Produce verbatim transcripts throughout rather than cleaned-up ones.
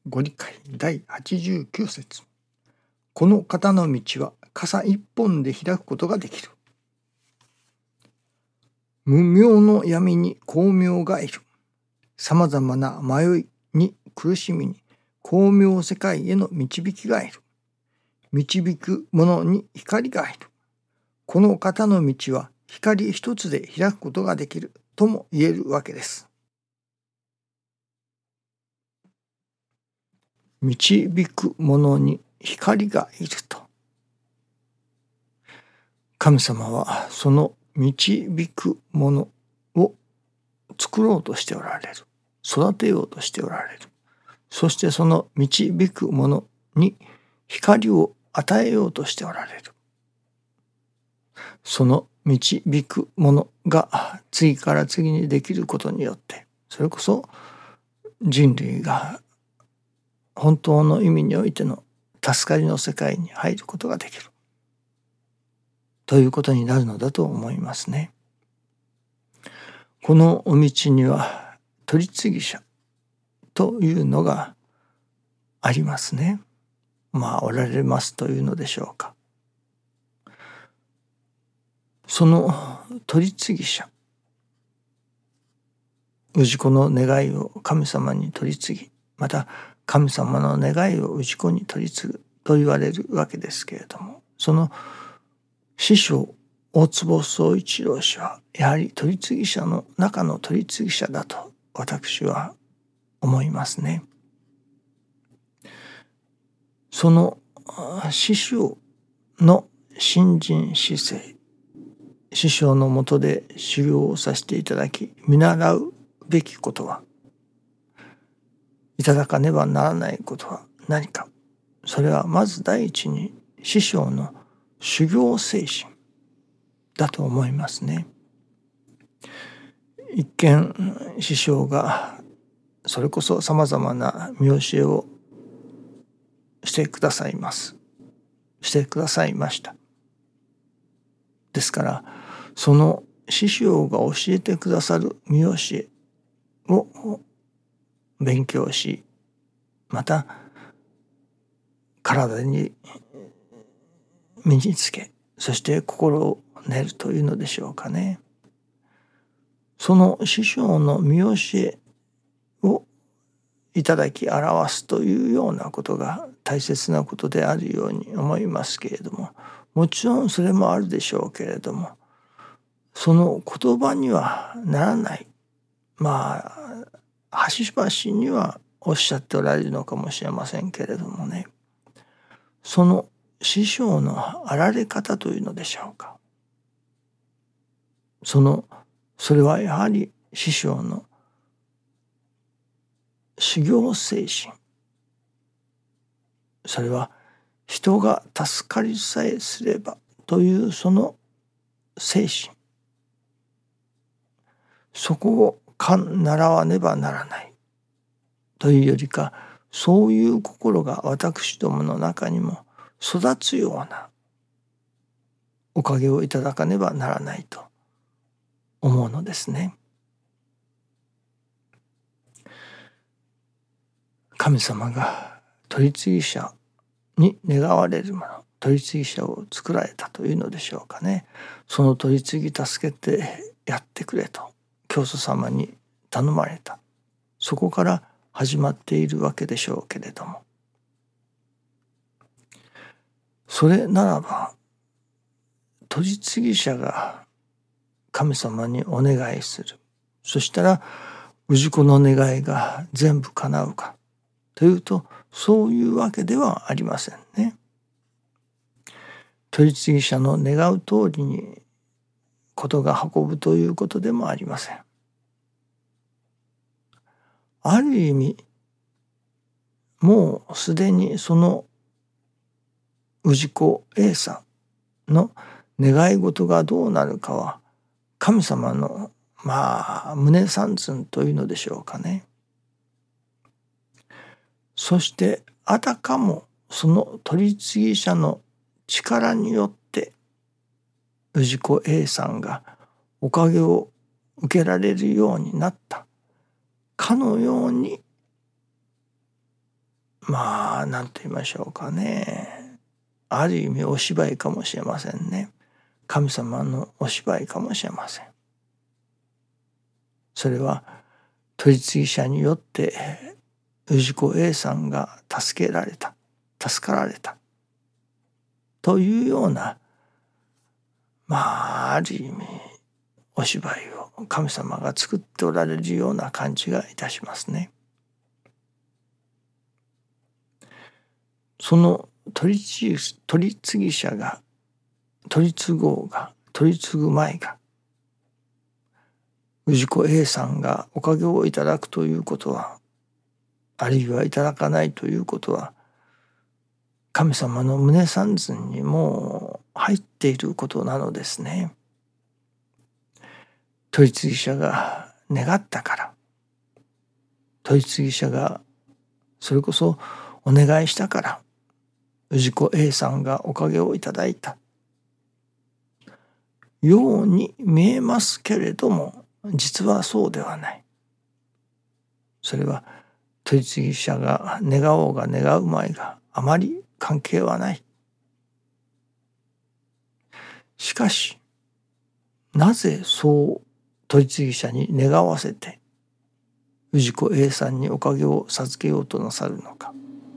ご理解だいはちじゅうきゅう節。この方の道は傘一本で開くことができる。無明の闇に光明がいる。さまざまな迷いに苦しみに光明世界への導きがいる。導く者に光がいる。この方の道は光一つで開くことができるとも言えるわけです。導く者に光がいると。神様はその導く者を作ろうとしておられる。育てようとしておられる。そしてその導く者に光を与えようとしておられる。その導く者が次から次にできることによって、それこそ人類が本当の意味においての助かりの世界に入ることができるということになるのだと思いますね。このお道には取次者というのがありますね。まあおられますというのでしょうか。その取次者、氏子の願いを神様に取り次ぎ、また神様の願いを氏子に取り次ぐと言われるわけですけれども、その師匠大坪宗一郎氏はやはり取次者の中の取次者だと私は思いますね。その師匠の信心姿勢、師匠のもとで修行をさせていただき見習うべきことは、いただかねばならないことは何か。それはまず第一に師匠の修行精神だと思いますね。一見師匠がそれこそさまざまな見教えをしてくださいますしてくださいました。ですからその師匠が教えてくださる見教えを勉強し、また体に身につけ、そして心を練るというのでしょうかね。その師匠の見教えをいただき表すというようなことが大切なことであるように思いますけれども、もちろんそれもあるでしょうけれども、その言葉にはならない、まあ端々にはおっしゃっておられるのかもしれませんけれどもね、その師匠のあられ方というのでしょうか。そのそれはやはり師匠の修行精神、それは人が助かりさえすればというその精神、そこをか習わねばならないというよりか、そういう心が私どもの中にも育つようなおかげをいただかねばならないと思うのですね。神様が取次者に願われるもの、取次者を作られたというのでしょうかね。その取次助けてやってくれと教祖様に頼まれた。そこから始まっているわけでしょうけれども、それならば取次者が神様にお願いする。そしたら氏子の願いが全部叶うかというと、そういうわけではありませんね。取次者の願う通りに事が運ぶということでもありません。ある意味もうすでにその氏子 A さんの願い事がどうなるかは神様のまあ胸三寸というのでしょうかね。そしてあたかもその取次者の力によって氏子 A さんがおかげを受けられるようになったかのようにまあ何と言いましょうかね、ある意味お芝居かもしれませんね。神様のお芝居かもしれません。それは取次者によって氏子 A さんが助けられた、助かられたというような、まあある意味お芝居を神様が作っておられるような感じがいたしますね。その取り次取り次ぎ者が取り次ごうが取り次ぐ前が氏子 A さんがおかげをいただくということは、あるいはいただかないということは、神様の胸三寸にもう入っていることなのですね。取り次ぎ者が願ったから、取り次ぎ者がそれこそお願いしたから、氏子 A さんがおかげをいただいたように見えますけれども、実はそうではない。それは取り次ぎ者が願おうが願うまいがあまり関係はない。しかしなぜそう取り次ぎ者に願わせて氏子 A さんにおかげを授けようとなさるのか。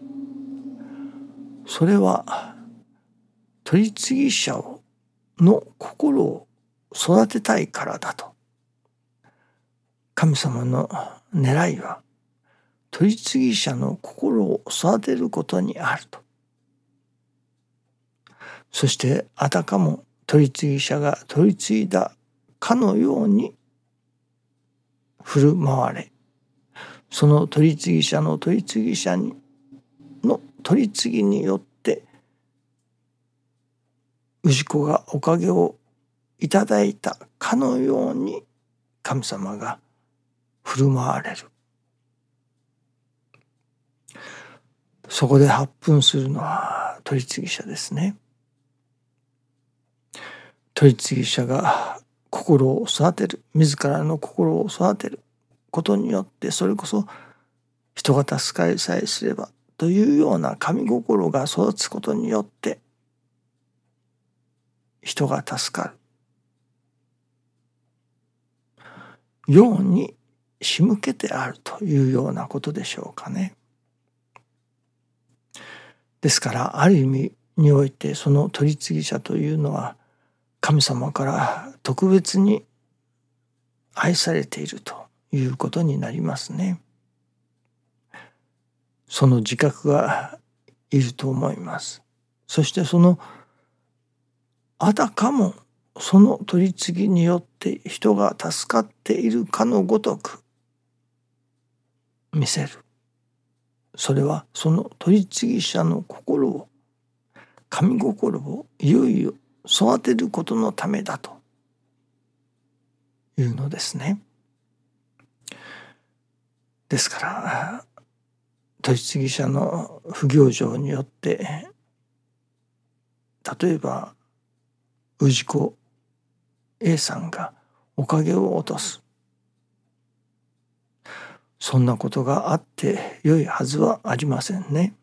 それは取り次ぎ者の心を育てたいからだと。神様の狙いは取り次ぎ者の心を育てることにあると。そしてあたかも取り次ぎ者が取り継いだかのように振る舞われ、その取り次ぎ者の取り次ぎ者の取り次ぎによって氏子がおかげをいただいたかのように神様が振る舞われる。そこで発奮するのは取り次ぎ者ですね。取り次ぎ者が心を育てる、自らの心を育てることによって、それこそ人が助かりさえすればというような神心が育つことによって人が助かるように仕向けてあるというようなことでしょうかね。ですからある意味においてその取り次ぎ者というのは神様から特別に愛されているということになりますね。その自覚がいると思います。そしてそのあたかもその取り次ぎによって人が助かっているかのごとく見せる。それはその取り次ぎ者の心を、神心をいよいよ育てることのためだというのですね。ですから取り次ぎ者の不行情によって例えば氏子 A さんがおかげを落とす、そんなことがあって良いはずはありませんね。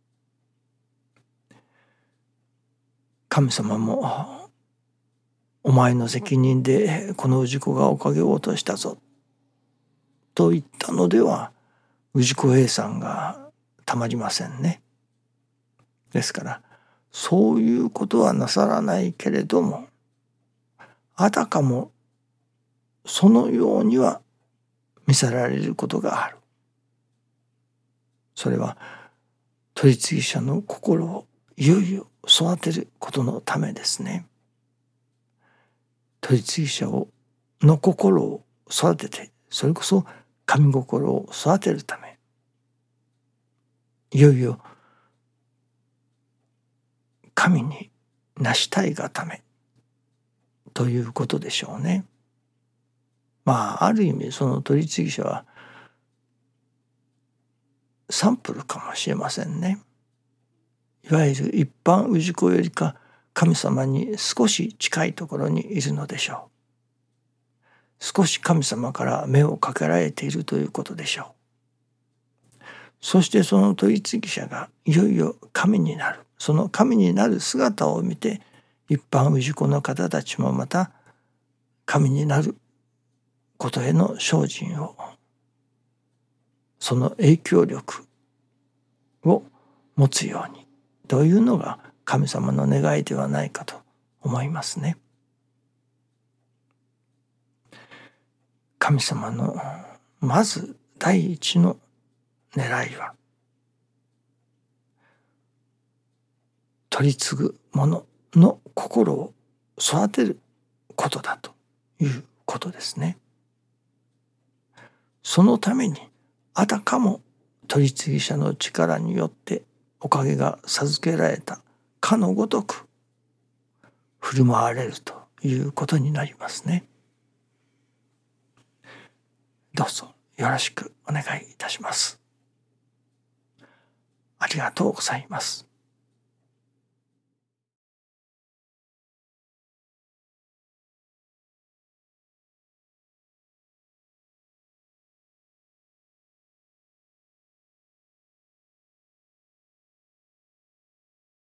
神様もお前の責任でこの氏子がおかげを落としたぞと言ったのでは氏子 A さんがたまりませんね。ですからそういうことはなさらないけれども、あたかもそのようには見せられることがある。それは取り次ぎ者の心をいよいよ育てることのためですね。取り次ぎ者をの心を育てて、それこそ神心を育てるため、いよいよ神になしたいがためということでしょうね。まあある意味その取り次ぎ者はサンプルかもしれませんね。いわゆる一般氏子よりか神様に少し近いところにいるのでしょう。少し神様から目をかけられているということでしょう。 そしてその取り次ぎ者がいよいよ神になる。その神になる姿を見て一般氏子の方たちもまた神になることへの精進を、その影響力を持つようにというのが神様の願いではないかと思いますね。神様のまず第一の狙いは、取り次ぐ者の心を育てることだということですね。そのためにあたかも取り次ぎ者の力によっておかげが授けられたかのごとく振る舞われるということになりますね。どうぞよろしくお願いいたします。ありがとうございます。